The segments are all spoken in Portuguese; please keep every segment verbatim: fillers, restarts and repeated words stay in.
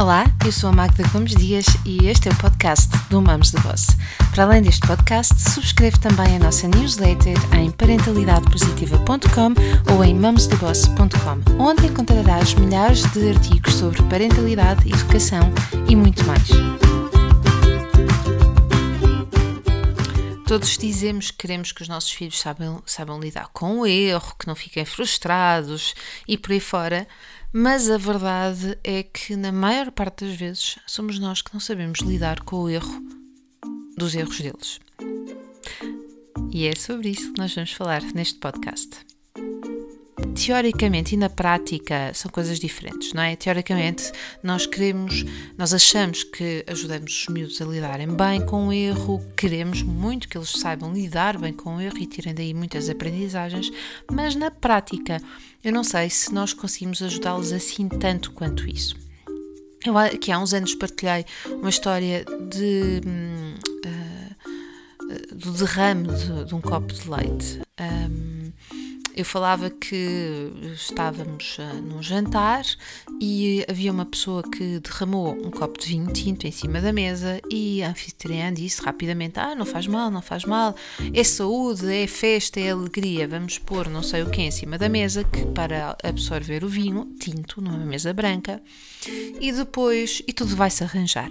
Olá, eu sou a Magda Gomes Dias e este é o podcast do Mums the Boss. Para além deste podcast, subscreve também a nossa newsletter em parentalidade positiva ponto com ou em mums the boss ponto com, onde encontrarás milhares de artigos sobre parentalidade, educação e muito mais. Todos dizemos que queremos que os nossos filhos saibam, saibam lidar com o erro, que não fiquem frustrados e por aí fora, mas a verdade é que na maior parte das vezes somos nós que não sabemos lidar com o erro dos erros deles. E é sobre isso que nós vamos falar neste podcast. Teoricamente e na prática são coisas diferentes, não é? Teoricamente nós queremos, nós achamos que ajudamos os miúdos a lidarem bem com o erro, queremos muito que eles saibam lidar bem com o erro e tirem daí muitas aprendizagens, mas na prática eu não sei se nós conseguimos ajudá-los assim tanto quanto isso. Eu aqui há uns anos partilhei uma história de, uh, do derrame de, de um copo de leite. Um, Eu falava que estávamos uh, num jantar e havia uma pessoa que derramou um copo de vinho tinto em cima da mesa e a anfitriã disse rapidamente: ah, não faz mal, não faz mal, é saúde, é festa, é alegria, vamos pôr não sei o que em cima da mesa que para absorver o vinho tinto numa mesa branca e depois, e tudo vai se arranjar.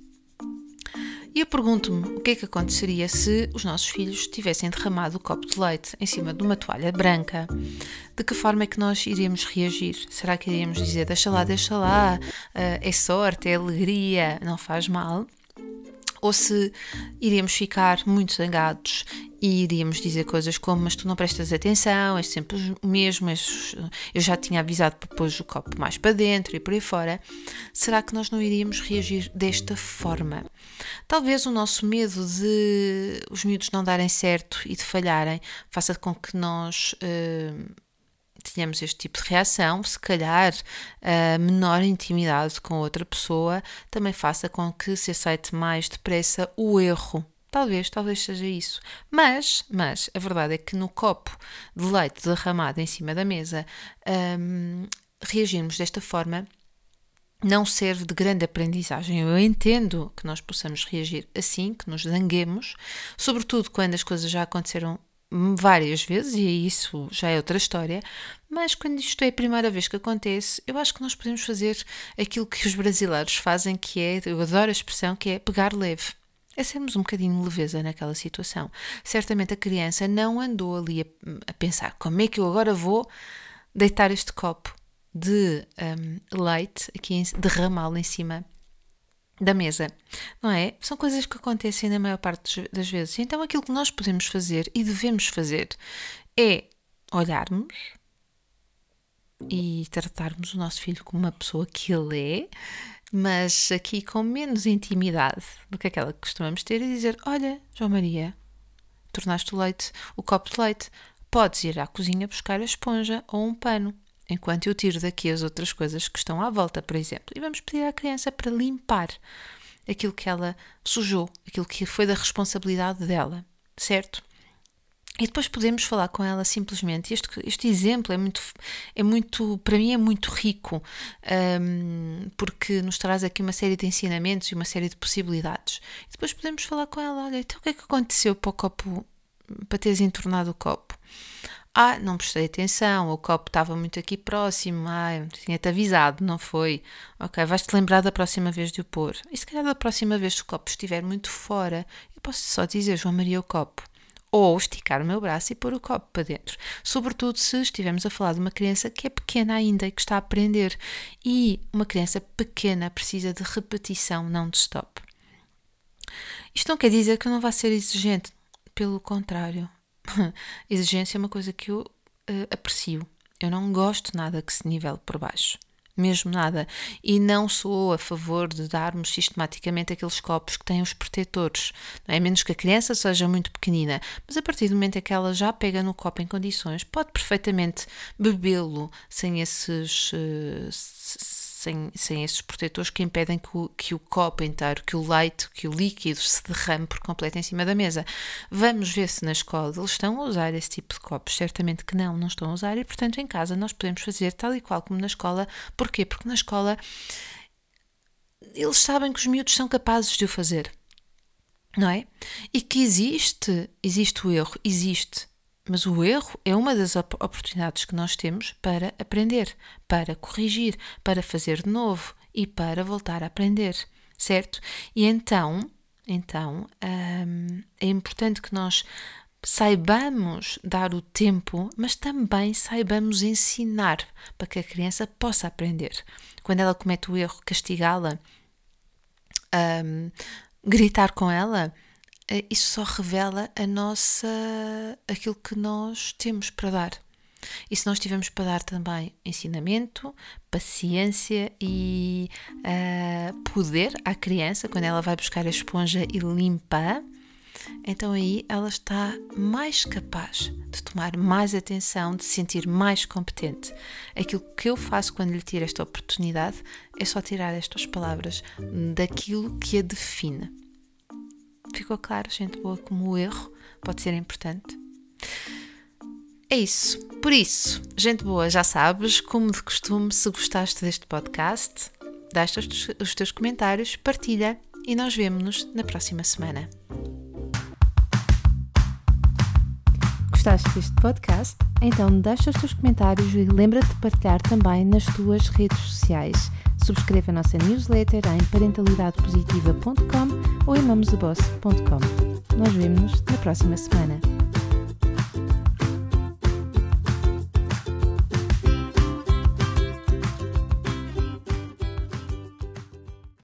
E eu pergunto-me o que é que aconteceria se os nossos filhos tivessem derramado o copo de leite em cima de uma toalha branca. De que forma é que nós iríamos reagir? Será que iríamos dizer, deixa lá, deixa lá, é sorte, é alegria, não faz mal? Ou se iríamos ficar muito zangados e iríamos dizer coisas como, mas tu não prestas atenção, és sempre o mesmo, és, eu já tinha avisado para pôr o copo mais para dentro e por aí fora. Será que nós não iríamos reagir desta forma? Talvez o nosso medo de os miúdos não darem certo e de falharem faça com que nós uh, tenhamos este tipo de reação. Se calhar a menor intimidade com outra pessoa também faça com que se aceite mais depressa o erro. Talvez, talvez seja isso. Mas, mas a verdade é que no copo de leite derramado em cima da mesa, um, reagirmos desta forma não serve de grande aprendizagem. Eu entendo que nós possamos reagir assim, que nos zanguemos, sobretudo quando as coisas já aconteceram várias vezes, e isso já é outra história, mas quando isto é a primeira vez que acontece, eu acho que nós podemos fazer aquilo que os brasileiros fazem, que é, eu adoro a expressão, que é pegar leve. É sermos um bocadinho leveza naquela situação. Certamente a criança não andou ali a, a pensar, como é que eu agora vou deitar este copo de um, leite, aqui derramá-lo em cima da mesa, não é? São coisas que acontecem na maior parte das vezes. Então aquilo que nós podemos fazer e devemos fazer é olharmos e tratarmos o nosso filho como uma pessoa que ele é, mas aqui com menos intimidade do que aquela que costumamos ter, e dizer: olha, João Maria, tornaste o leite, o copo de leite, podes ir à cozinha buscar a esponja ou um pano, enquanto eu tiro daqui as outras coisas que estão à volta, por exemplo. E vamos pedir à criança para limpar aquilo que ela sujou, aquilo que foi da responsabilidade dela, certo? E depois podemos falar com ela simplesmente. Este, este exemplo é muito, é muito, para mim é muito rico, um, porque nos traz aqui uma série de ensinamentos e uma série de possibilidades. E depois podemos falar com ela: olha, então o que é que aconteceu para o copo, para teres entornado o copo? Ah, não prestei atenção, o copo estava muito aqui próximo, ah, eu tinha-te avisado, não foi? Ok, vais-te lembrar da próxima vez de o pôr. E se calhar da próxima vez que o copo estiver muito fora, eu posso só dizer: João Maria, o copo. Ou esticar o meu braço e pôr o copo para dentro. Sobretudo se estivermos a falar de uma criança que é pequena ainda e que está a aprender. E uma criança pequena precisa de repetição, não de stop. Isto não quer dizer que eu não vá ser exigente. Pelo contrário. Exigência é uma coisa que eu uh, aprecio. Eu não gosto nada que se nivele por baixo. Mesmo nada. E não sou a favor de darmos sistematicamente aqueles copos que têm os protetores. Não é? Menos que a criança seja muito pequenina. Mas a partir do momento em que ela já pega no copo em condições, pode perfeitamente bebê-lo sem esses... Uh, sem, sem esses protetores que impedem que o, que o copo inteiro, que o leite, que o líquido se derrame por completo em cima da mesa. Vamos ver se na escola eles estão a usar esse tipo de copos. Certamente que não, não estão a usar, e portanto em casa nós podemos fazer tal e qual como na escola. Porquê? Porque na escola eles sabem que os miúdos são capazes de o fazer, não é? E que existe, existe o erro, existe. Mas o erro é uma das op- oportunidades que nós temos para aprender, para corrigir, para fazer de novo e para voltar a aprender, certo? E então, então hum, é importante que nós saibamos dar o tempo, mas também saibamos ensinar para que a criança possa aprender. Quando ela comete o erro, castigá-la, hum, gritar com ela, isso só revela a nossa, aquilo que nós temos para dar. E se nós tivermos para dar também ensinamento, paciência e uh, poder à criança, quando ela vai buscar a esponja e limpa, então aí ela está mais capaz de tomar mais atenção, de se sentir mais competente. Aquilo que eu faço quando lhe tiro esta oportunidade é só tirar estas palavras daquilo que a define. Ficou claro, gente boa, como o erro pode ser importante? É isso. Por isso, gente boa, já sabes, como de costume, se gostaste deste podcast, deixa os teus comentários, partilha e nós vemo-nos na próxima semana. Gostaste deste podcast? Então deixa os teus comentários e lembra-te de partilhar também nas tuas redes sociais. Subscreve a nossa newsletter em parentalidade positiva ponto com ou em mamosaboss ponto com. Nós vemo-nos na próxima semana.